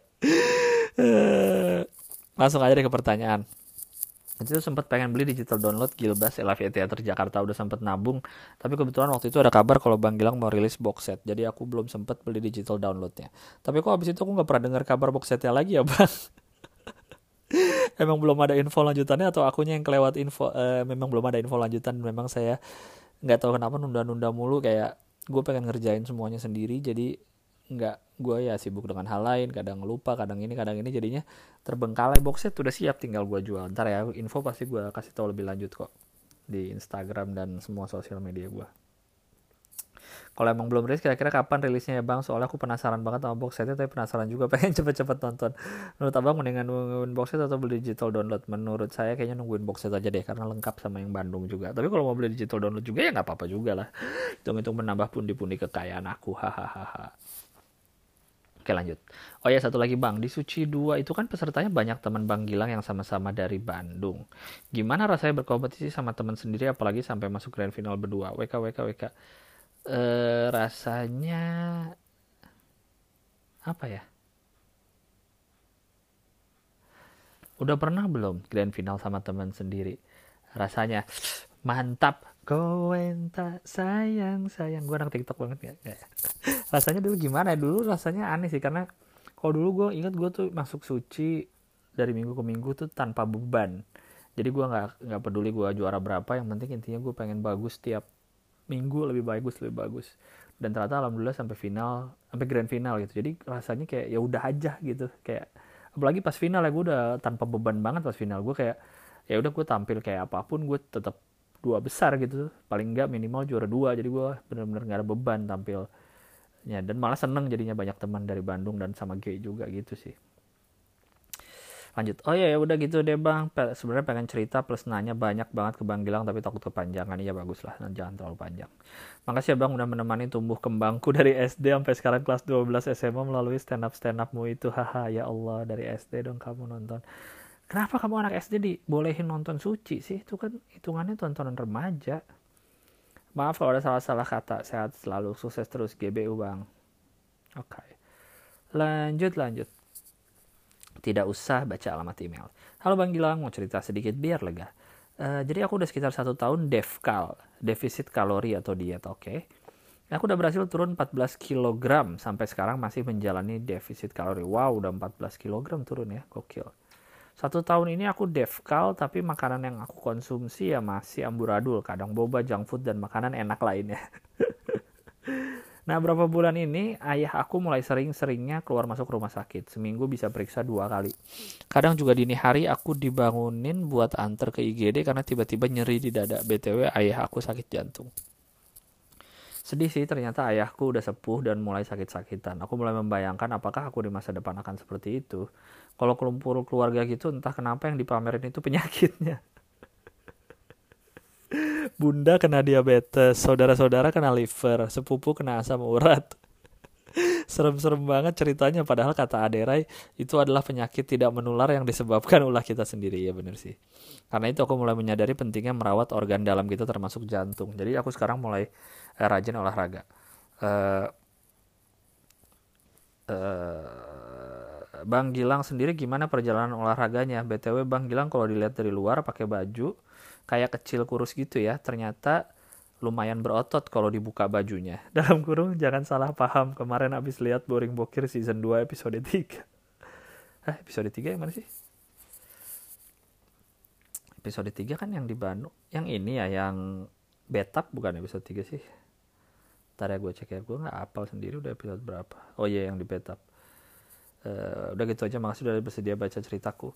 [SPEAKER 1] Langsung aja deh ke pertanyaan. Itu sempat pengen beli digital download Gilbas Live at Theater Jakarta, udah sempat nabung. Tapi kebetulan waktu itu ada kabar kalau Bang Gilang mau rilis box set. Jadi aku belum sempat beli digital downloadnya. Tapi kok abis itu aku gak pernah dengar kabar box setnya lagi ya bang. Emang belum ada info lanjutannya atau akunya yang kelewat info? Memang belum ada info lanjutan. Memang saya nggak tahu kenapa nunda-nunda mulu, kayak gue pengen ngerjain semuanya sendiri, jadi nggak, gue ya sibuk dengan hal lain, kadang lupa, kadang ini jadinya terbengkalai. Box set udah siap, tinggal gue jual. Ntar ya info pasti gue kasih tahu lebih lanjut kok di Instagram dan semua sosial media gue. Kalau emang belum rilis, kira-kira kapan rilisnya ya bang? Soalnya aku penasaran banget sama box setnya, tapi penasaran juga pengen cepet-cepet nonton. Menurut abang mendingan nungguin box set atau beli digital download? Menurut saya kayaknya nungguin box set aja deh, karena lengkap sama yang Bandung juga. Tapi kalau mau beli digital download juga ya nggak apa-apa juga lah. Hitung-hitung menambah pundi-pundi kekayaan aku, hahaha. Oke lanjut. Oh ya, satu lagi bang, di Suci 2 itu kan pesertanya banyak teman Bang Gilang yang sama-sama dari Bandung. Gimana rasanya berkompetisi sama teman sendiri, apalagi sampai masuk grand final berdua? WK. Rasanya apa ya? Udah pernah belum grand final sama teman sendiri? Rasanya mantap. Kowenta sayang. Gue anak TikTok banget ya. Rasanya dulu gimana ya? Dulu rasanya aneh sih, karena kalau dulu gue ingat gue tuh masuk Suci dari minggu ke minggu tuh tanpa beban. Jadi gue nggak peduli gue juara berapa, yang penting intinya gue pengen bagus tiap minggu, lebih bagus. Dan ternyata alhamdulillah sampai final, sampai grand final gitu. Jadi rasanya kayak ya udah aja gitu, kayak apalagi pas final ya, gue udah tanpa beban banget pas final. Gue kayak ya udah, gue tampil kayak apapun gue tetap dua besar gitu, paling enggak minimal juara dua. Jadi gue benar-benar nggak ada beban tampilnya, dan malah seneng jadinya banyak teman dari Bandung dan sama G juga gitu sih. Lanjut. Oh ya udah gitu deh bang, sebenarnya pengen cerita plus nanya banyak banget ke Bang Gilang, tapi takut kepanjangan. Iya bagus lah, jangan terlalu panjang. Makasih ya bang udah menemani tumbuh kembangku dari SD sampai sekarang kelas 12 SMA melalui stand upmu itu. Haha, ya Allah, dari SD dong kamu nonton. Kenapa kamu anak SD dibolehin nonton Suci sih? Itu kan hitungannya tontonan remaja. Maaf kalau ada salah-salah kata. Sehat selalu, sukses terus GBU bang. Oke. Lanjut. Tidak usah baca alamat email. Halo Bang Gilang, mau cerita sedikit biar lega. Jadi aku udah sekitar 1 tahun DEFCAL, defisit kalori atau diet, oke. Aku udah berhasil turun 14 kg, sampai sekarang masih menjalani defisit kalori. Wow, udah 14 kg turun ya, gokil. 1 tahun ini aku DEFCAL, tapi makanan yang aku konsumsi ya masih amburadul, kadang boba, junk food, dan makanan enak lainnya. Nah, berapa bulan ini ayah aku mulai sering-seringnya keluar masuk rumah sakit. Seminggu bisa periksa 2 kali. Kadang juga dini hari aku dibangunin buat antar ke IGD karena tiba-tiba nyeri di dada. BTW ayah aku sakit jantung. Sedih sih, ternyata ayahku udah sepuh dan mulai sakit-sakitan. Aku mulai membayangkan apakah aku di masa depan akan seperti itu. Kalau kumpul keluarga gitu, entah kenapa yang dipamerin itu penyakitnya. Bunda kena diabetes, saudara-saudara kena liver, sepupu kena asam urat. Serem-serem banget ceritanya, padahal kata Aderai itu adalah penyakit tidak menular yang disebabkan ulah kita sendiri. Ya bener sih. Karena itu aku mulai menyadari pentingnya merawat organ dalam kita termasuk jantung. Jadi aku sekarang mulai rajin olahraga. Bang Gilang sendiri gimana perjalanan olahraganya? BTW Bang Gilang kalau dilihat dari luar pakai baju kayak kecil kurus gitu ya, ternyata lumayan berotot kalau dibuka bajunya. Dalam kurung jangan salah paham, kemarin abis lihat Boring Bokir season 2 episode 3. Episode 3 yang mana sih? Episode 3 kan yang di Bandung, yang ini ya, yang betap, bukan episode 3 sih. Ntar ya gue cek ya, gue gak hafal sendiri udah episode berapa. Oh iya, yang di betap. Udah gitu aja, makasih udah bersedia baca ceritaku.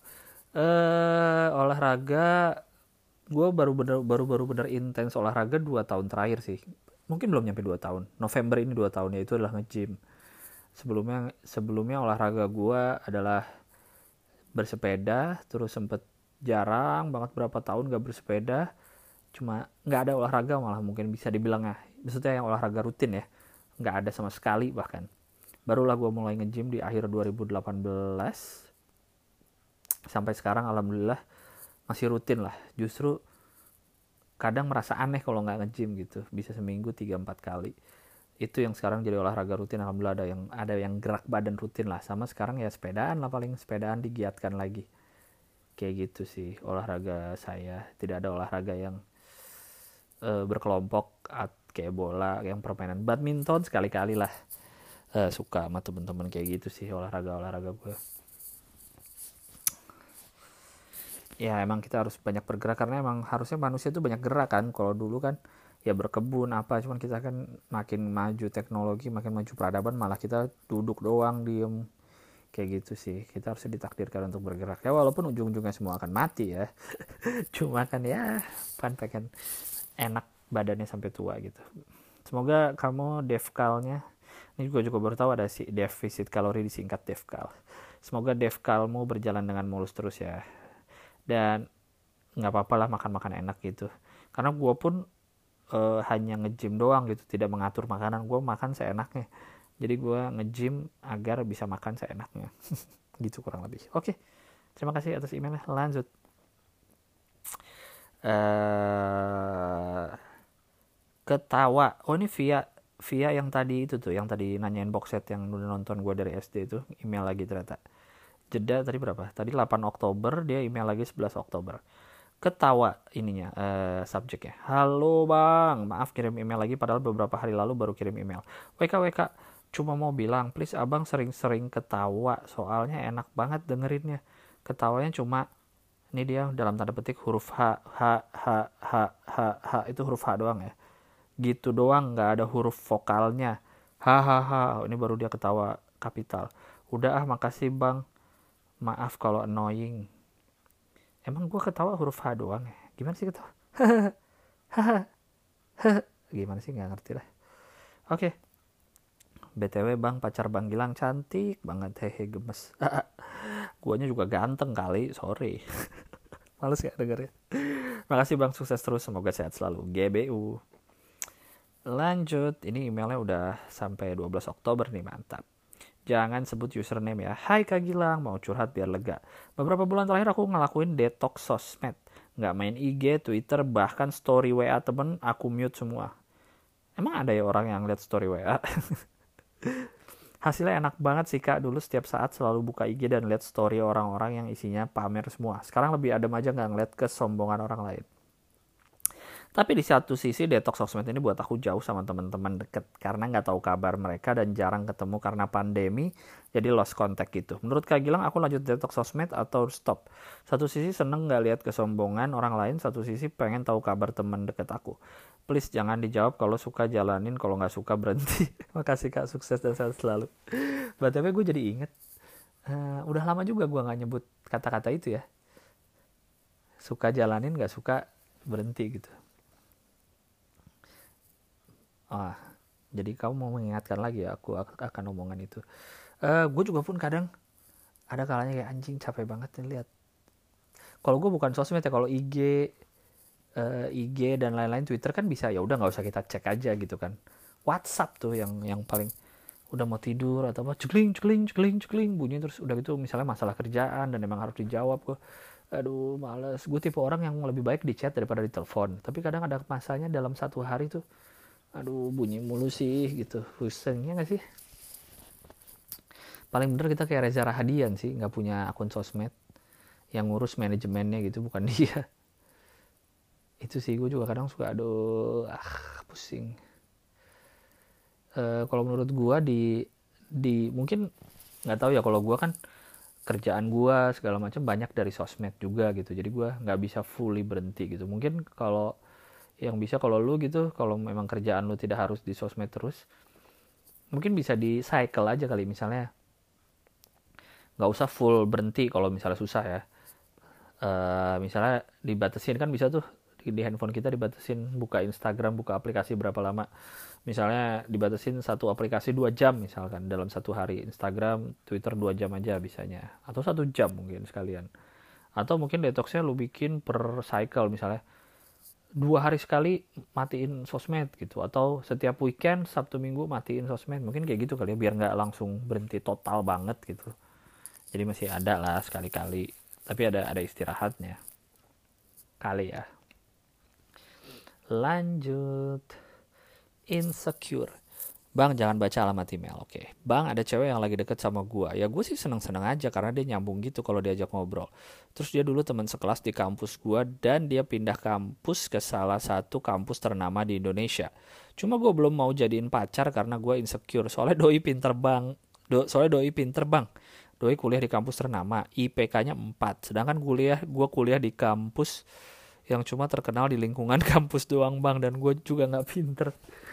[SPEAKER 1] Olahraga gue baru bener intens olahraga 2 tahun terakhir sih, mungkin belum nyampe 2 tahun. November ini 2 tahun, yaitu adalah nge-gym. Sebelumnya olahraga gue adalah bersepeda, terus sempet jarang banget berapa tahun gak bersepeda, cuma gak ada olahraga, malah mungkin bisa dibilang ya, maksudnya yang olahraga rutin ya, gak ada sama sekali. Bahkan barulah gue mulai nge-gym di akhir 2018 sampai sekarang alhamdulillah masih rutin lah. Justru kadang merasa aneh kalau nggak nge-gym gitu, bisa seminggu 3-4 kali. Itu yang sekarang jadi olahraga rutin. Alhamdulillah ada yang gerak badan rutin lah. Sama sekarang ya sepedaan lah, paling sepedaan digiatkan lagi. Kayak gitu sih olahraga saya. Tidak ada olahraga yang berkelompok kayak bola, yang permainan badminton sekali-kali lah. Suka sama temen-temen kayak gitu sih olahraga gue. ya emang kita harus banyak bergerak karena emang harusnya manusia tuh banyak gerak kan. Kalau dulu kan ya berkebun apa, cuman kita kan makin maju teknologi, makin maju peradaban, malah kita duduk doang diem kayak gitu sih. Kita harus ditakdirkan untuk bergerak ya, walaupun ujung-ujungnya semua akan mati ya. Cuma kan ya kan pengen enak badannya sampai tua gitu. Semoga kamu devkalnya, ini juga baru tahu ada si defisit kalori disingkat devkal. Semoga devkalmu berjalan dengan mulus terus ya. Dan nggak apa-apa lah makan-makan enak gitu. Karena gue pun hanya nge-gym doang gitu, tidak mengatur makanan. Gue makan seenaknya. Jadi gue nge-gym agar bisa makan seenaknya. Gitu kurang lebih. Oke, terima kasih atas emailnya. Lanjut. Ketawa. Oh ini via yang tadi itu tuh, yang tadi nanyain box set yang udah nonton gue dari SD itu, email lagi ternyata. Jeda tadi berapa? Tadi 8 Oktober, dia email lagi 11 Oktober. Ketawa ininya, subjeknya. Halo bang, maaf kirim email lagi padahal beberapa hari lalu baru kirim email. WK, cuma mau bilang, please abang sering-sering ketawa, soalnya enak banget dengerinnya. Ketawanya cuma, ini dia dalam tanda petik huruf H, itu huruf H doang ya. Gitu doang, nggak ada huruf vokalnya. Hahaha, ini baru dia ketawa kapital. Udah makasih bang. Maaf kalau annoying. Emang gue ketawa huruf H doang ya? Gimana sih ketawa? Gimana sih, nggak ngerti lah. Oke. BTW bang, pacar bang Gilang cantik banget, hehe gemes. Guanya juga ganteng kali, sorry. Males gak dengernya. Makasih bang, sukses terus, semoga sehat selalu. GBU. Lanjut, ini emailnya udah sampai 12 Oktober nih, mantap. Jangan sebut username ya. Hai Kak Gilang, mau curhat biar lega. Beberapa bulan terakhir aku ngelakuin detox sosmed. Nggak main IG, Twitter, bahkan story WA temen aku mute semua. Emang ada ya orang yang lihat story WA? Hasilnya enak banget sih Kak. Dulu setiap saat selalu buka IG dan lihat story orang-orang yang isinya pamer semua. Sekarang lebih adem aja nggak ngeliat kesombongan orang lain. Tapi di satu sisi detox sosmed ini buat aku jauh sama teman-teman deket karena nggak tahu kabar mereka dan jarang ketemu karena pandemi, jadi lost contact gitu. Menurut Kak Gilang, aku lanjut detox sosmed atau stop? Satu sisi seneng nggak lihat kesombongan orang lain, satu sisi pengen tahu kabar teman deket aku. Please jangan dijawab, kalau suka jalanin, kalau nggak suka berhenti. Makasih Kak, sukses dan sehat selalu. BTW gue jadi inget, udah lama juga gue nggak nyebut kata-kata itu ya. Suka jalanin, nggak suka berhenti gitu. Jadi kamu mau mengingatkan lagi ya aku akan omongan itu. Gue juga pun kadang ada kalanya kayak anjing capek banget nih lihat. Kalau gue bukan sosmed ya, kalau IG dan lain-lain, Twitter kan bisa ya udah nggak usah kita cek aja gitu kan. WhatsApp tuh yang paling udah mau tidur atau apa cekling bunyi terus udah gitu, misalnya masalah kerjaan dan emang harus dijawab gue. Aduh males, gue tipe orang yang lebih baik di chat daripada di telepon. Tapi kadang ada masanya dalam satu hari tuh aduh bunyi mulu sih gitu, pusingnya nggak sih. Paling bener kita kayak Reza Rahadian sih, nggak punya akun sosmed, yang ngurus manajemennya gitu bukan dia. Itu sih gue juga kadang suka aduh pusing. Kalau menurut gue di mungkin nggak tahu ya, kalau gue kan kerjaan gue segala macam banyak dari sosmed juga gitu, jadi gue nggak bisa fully berhenti gitu. Mungkin kalau yang bisa kalau lu gitu, kalau memang kerjaan lu tidak harus di sosmed terus, mungkin bisa di cycle aja kali, misalnya nggak usah full berhenti kalau misalnya susah ya. Misalnya dibatasin kan bisa tuh di handphone kita, dibatasin buka Instagram, buka aplikasi berapa lama, misalnya dibatasin satu aplikasi 2 jam misalkan dalam satu hari, Instagram, Twitter 2 jam aja bisanya, atau 1 jam mungkin sekalian. Atau mungkin detoxnya lu bikin per cycle, misalnya 2 hari sekali matiin sosmed gitu, atau setiap weekend Sabtu Minggu matiin sosmed, mungkin kayak gitu kali ya, biar nggak langsung berhenti total banget gitu. Jadi masih ada lah sekali-kali, tapi ada istirahatnya kali ya. Lanjut, insecure. Bang jangan baca alamat email. Oke. Bang ada cewek yang lagi deket sama gue. Ya gue sih seneng-seneng aja karena dia nyambung gitu kalau diajak ngobrol. Terus dia dulu teman sekelas di kampus gue dan dia pindah kampus ke salah satu kampus ternama di Indonesia. Cuma gue belum mau jadiin pacar karena gue insecure. Soalnya doi pinter bang. Doi kuliah di kampus ternama, IPK-nya 4. Sedangkan gue kuliah di kampus yang cuma terkenal di lingkungan kampus doang bang, dan gue juga nggak pinter.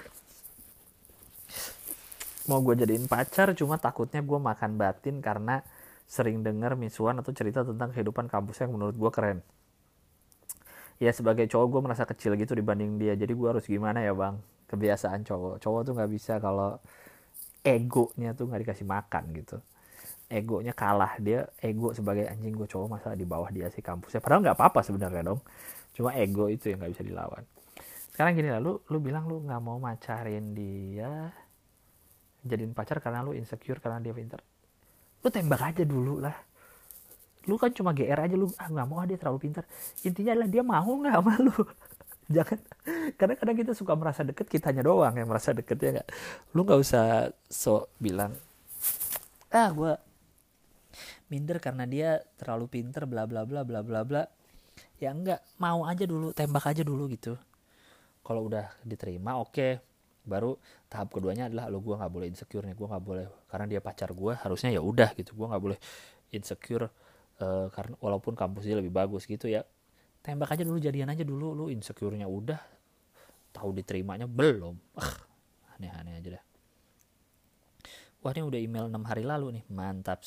[SPEAKER 1] Mau gue jadiin pacar, cuma takutnya gue makan batin karena sering denger misuan atau cerita tentang kehidupan kampus yang menurut gue keren. Ya sebagai cowok gue merasa kecil gitu dibanding dia, jadi gue harus gimana ya bang? Kebiasaan cowok tuh nggak bisa kalau egonya tuh nggak dikasih makan gitu. Egonya kalah, dia ego sebagai anjing, gue cowok masa di bawah dia sih kampusnya, padahal nggak apa-apa sebenarnya dong, cuma ego itu yang nggak bisa dilawan. Sekarang gini lah, lu bilang lu nggak mau macarin dia, jadiin pacar karena lu insecure karena dia pintar. Lu tembak aja dulu lah. Lu kan cuma GR aja, lu nggak mau, dia terlalu pintar. Intinya adalah dia mau nggak sama lu. Jangan, karena kadang kita suka merasa deket, kitanya doang yang merasa deket ya nggak. Lu nggak usah bilang gue minder karena dia terlalu pinter bla bla bla bla bla bla. Ya enggak, mau aja dulu, tembak aja dulu gitu. Kalau udah diterima oke. Baru tahap keduanya adalah gue nggak boleh insecure nih, gue nggak boleh karena dia pacar gue, harusnya ya udah gitu, gue nggak boleh insecure karena walaupun kampus dia lebih bagus gitu ya. Tembak aja dulu, jadian aja dulu, lu insecure-nya udah, tahu diterimanya belum. Aneh-aneh aja dah. Wah ini udah email 6 hari lalu nih, mantap.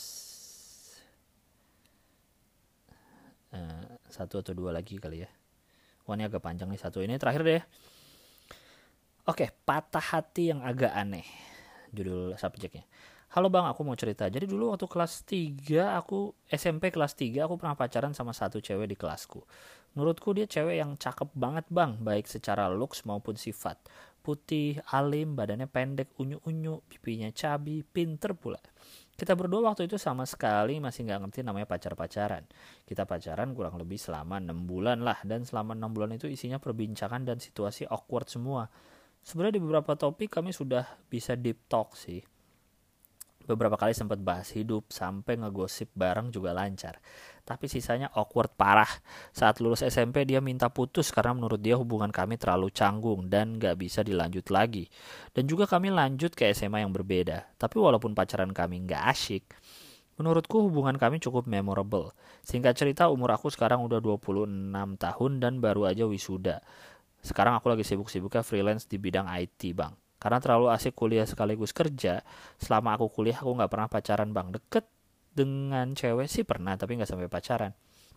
[SPEAKER 1] Satu atau dua lagi kali ya. Wah ini agak panjang nih, satu ini terakhir deh. Oke, patah hati yang agak aneh, judul subjeknya. Halo bang, aku mau cerita. Jadi dulu waktu kelas 3, SMP kelas 3, aku pernah pacaran sama satu cewek di kelasku. Menurutku dia cewek yang cakep banget bang, baik secara looks maupun sifat. Putih, alim, badannya pendek, unyu-unyu, pipinya cabi, pinter pula. Kita berdua waktu itu sama sekali masih gak ngerti namanya pacar-pacaran. Kita pacaran kurang lebih selama 6 bulan lah, dan selama 6 bulan itu isinya perbincangan dan situasi awkward semua. Sebenarnya di beberapa topik kami sudah bisa deep talk sih. Beberapa kali sempat bahas hidup, sampai ngegosip bareng juga lancar. Tapi sisanya awkward parah. Saat lulus SMP dia minta putus karena menurut dia hubungan kami terlalu canggung dan gak bisa dilanjut lagi. Dan juga kami lanjut ke SMA yang berbeda. Tapi walaupun pacaran kami gak asyik, menurutku hubungan kami cukup memorable. Singkat cerita, umur aku sekarang udah 26 tahun dan baru aja wisuda. Sekarang aku lagi sibuk-sibuknya freelance di bidang IT bang. Karena terlalu asik kuliah sekaligus kerja, selama aku kuliah aku gak pernah pacaran bang. Deket dengan cewek sih pernah, tapi gak sampai pacaran.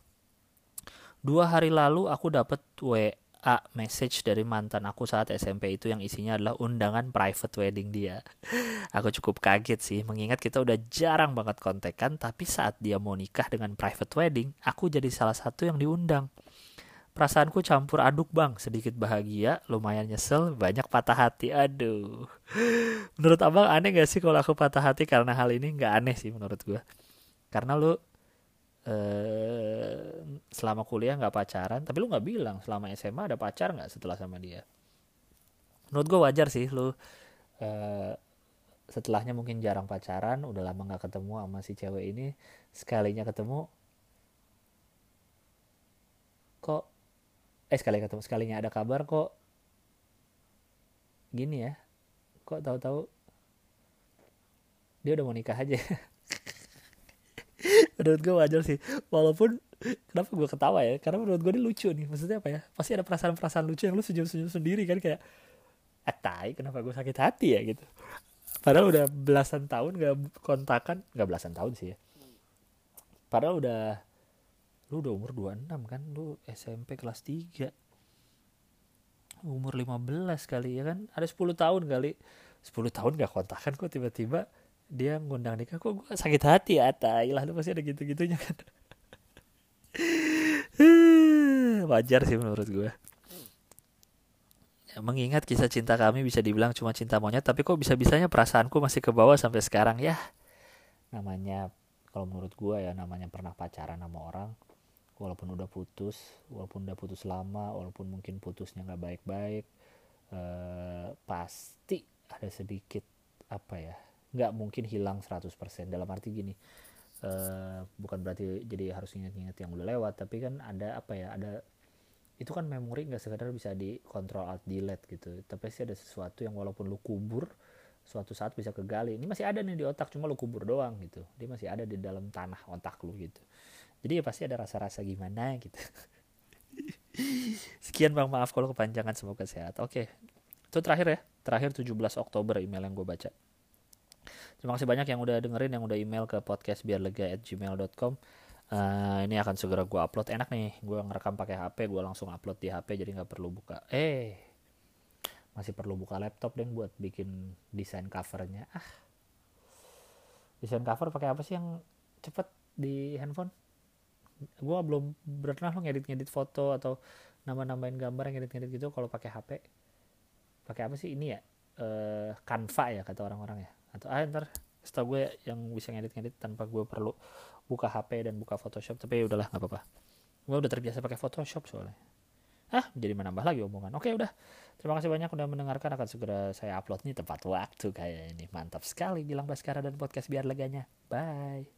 [SPEAKER 1] 2 hari lalu aku dapet WA message dari mantan aku saat SMP itu yang isinya adalah undangan private wedding dia. Aku cukup kaget sih, mengingat kita udah jarang banget kontekan, tapi saat dia mau nikah dengan private wedding, aku jadi salah satu yang diundang. Perasaanku campur aduk bang, sedikit bahagia, lumayan nyesel, banyak patah hati. Aduh. Menurut abang aneh gak sih kalau aku patah hati karena hal ini? Gak aneh sih menurut gue. Karena lu selama kuliah gak pacaran, tapi lu gak bilang selama SMA ada pacar gak setelah sama dia. Menurut gue wajar sih lu setelahnya mungkin jarang pacaran, udah lama gak ketemu sama si cewek ini, sekalinya ketemu kok sekalinya ada kabar kok gini ya, kok tahu-tahu dia udah mau nikah aja. Menurut gue wajar sih, walaupun kenapa gue ketawa ya, karena menurut gue ini lucu nih. Maksudnya apa ya, pasti ada perasaan-perasaan lucu yang lu senyum-senyum sendiri kan, kayak tai kenapa gue sakit hati ya gitu, padahal udah belasan tahun gak kontakan. Gak belasan tahun sih ya, padahal lu udah umur 26 kan, lu SMP kelas 3, umur 15 kali ya kan, ada 10 tahun kali, 10 tahun gak kontakan kok tiba-tiba dia ngundang nikah, kok gue sakit hati ya. Tai lah, lu pasti ada gitu-gitunya kan. Wajar sih menurut gue ya, mengingat kisah cinta kami bisa dibilang cuma cinta monyet, tapi kok bisa-bisanya perasaanku masih ke bawah sampai sekarang ya. Namanya, kalau menurut gue ya, namanya pernah pacaran sama orang, walaupun udah putus lama, walaupun mungkin putusnya gak baik-baik, pasti ada sedikit apa ya, gak mungkin hilang 100%. Dalam arti gini, bukan berarti jadi harus ingat-ingat yang udah lewat, tapi kan ada apa ya, ada itu kan memori gak sekadar bisa dikontrol alt delete gitu, tapi sih ada sesuatu yang walaupun lu kubur suatu saat bisa kegali. Ini masih ada nih di otak, cuma lu kubur doang gitu. Dia masih ada di dalam tanah otak lu gitu. Jadi ya pasti ada rasa-rasa gimana gitu. Sekian Bang, maaf kalau kepanjangan, semoga sehat. Oke, itu terakhir ya. Terakhir 17 Oktober email yang gue baca. Terima kasih banyak yang udah dengerin, yang udah email ke podcastbiarlega@gmail.com. Ini akan segera gue upload. Enak nih, gue ngerekam pakai HP, gue langsung upload di HP, jadi nggak perlu buka. Masih perlu buka laptop deh buat bikin desain covernya. Desain cover pakai apa sih yang cepet di handphone? Gue belum pernah lo ngedit foto atau nambahin gambar yang ngedit gitu kalau pakai HP. Pakai apa sih ini ya? Canva ya kata orang-orang ya. Atau ntar setahu gue yang bisa ngedit tanpa gue perlu buka HP dan buka Photoshop. Tapi udahlah, nggak apa-apa. Gue udah terbiasa pakai Photoshop soalnya. Jadi menambah lagi omongan. Oke, udah. Terima kasih banyak udah mendengarkan. Akan segera saya upload nih tepat waktu kayak ini. Mantap sekali Gilang Baskara dan podcast Biar Leganya. Bye.